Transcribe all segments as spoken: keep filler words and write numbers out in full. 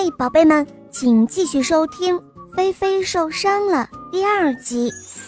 嘿，宝贝们，请继续收听《菲菲受伤了》第二集。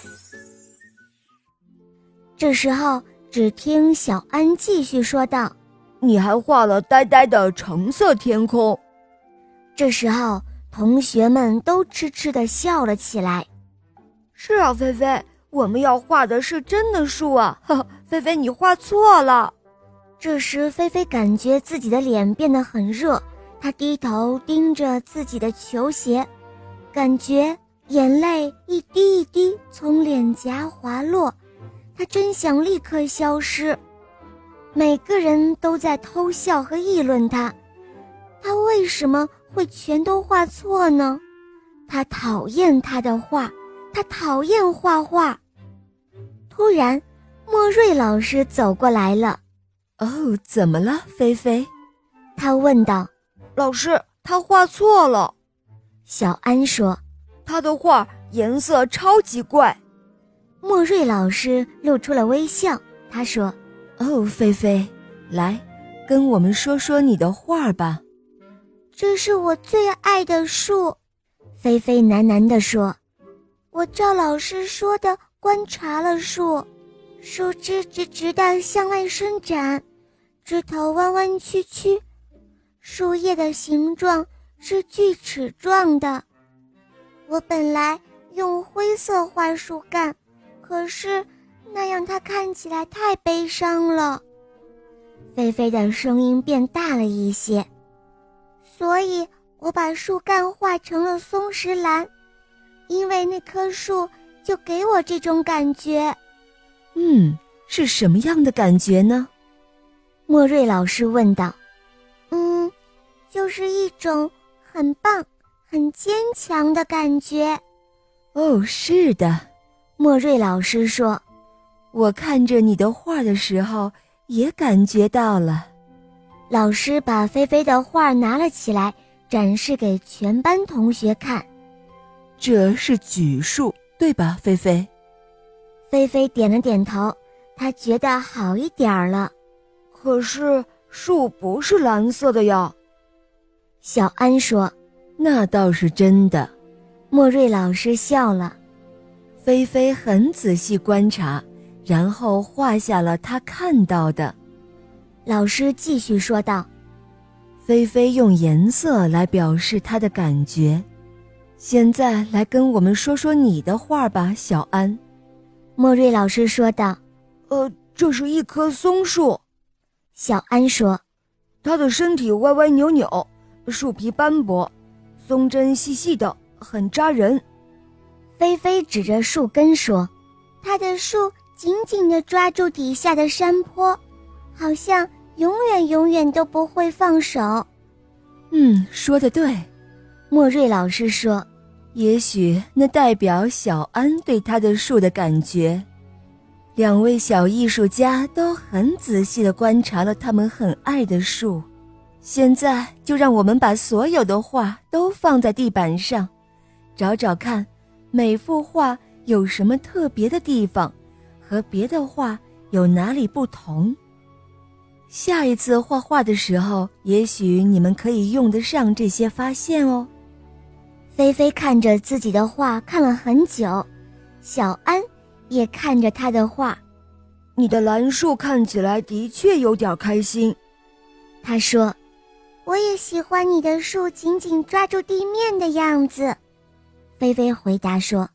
这时候，只听小安继续说道：“ 你还画了呆呆的橙色天空。” 这时候，同学们都痴痴地笑了起来。 是啊，菲菲，我们要画的是真的树啊！呵呵，菲菲，你画错了。 这时，菲菲感觉自己的脸变得很热。他低头盯着自己的球鞋，感觉眼泪一滴一滴从脸颊滑落，他真想立刻消失。每个人都在偷笑和议论他，他为什么会全都画错呢？他讨厌他的画，他讨厌画画。突然，莫瑞老师走过来了。 哦，怎么了，菲菲？ 他问道。 老师，他画错了。 小安说， 他的画颜色超级怪。 莫瑞老师露出了微笑，他说， 哦，菲菲，来，跟我们说说你的画吧。 这是我最爱的树，菲菲喃喃地说。我照老师说的观察了树，树枝直直地向外伸展，枝头弯弯曲曲，树叶的形状是锯齿状的。我本来用灰色画树干，可是那样它看起来太悲伤了。菲菲的声音变大了一些，所以我把树干画成了松石兰，因为那棵树就给我这种感觉。 嗯，是什么样的感觉呢？ 莫瑞老师问道。嗯，就是一种很棒、很坚强的感觉。 哦，是的， 莫瑞老师说。 我看着你的画的时候，也感觉到了。 老师把菲菲的画拿了起来，展示给全班同学看。 这是榉树，对吧，菲菲？ 菲菲点了点头，她觉得好一点了。 可是树不是蓝色的呀。 小安说。 那倒是真的。 莫瑞老师笑了。 菲菲很仔细观察，然后画下了她看到的。 老师继续说道。 菲菲用颜色来表示她的感觉。现在来跟我们说说你的画吧，小安。 莫瑞老师说道。 呃，这是一棵松树。 小安说。 它的身体歪歪扭扭，树皮斑驳，松针细细的，很扎人。 菲菲指着树根说，它的树紧紧地抓住底下的山坡，好像永远永远都不会放手。 嗯，说得对。 莫瑞老师说。 也许那代表小安对他的树的感觉。两位小艺术家都很仔细地观察了他们很爱的树。现在就让我们把所有的画都放在地板上，找找看每幅画有什么特别的地方，和别的画有哪里不同。下一次画画的时候，也许你们可以用得上这些发现哦。 菲菲看着自己的画看了很久，小安也看着他的画。 你的蓝树看起来的确有点开心。 他说，我也喜欢你的树紧紧抓住地面的样子。菲菲回答说，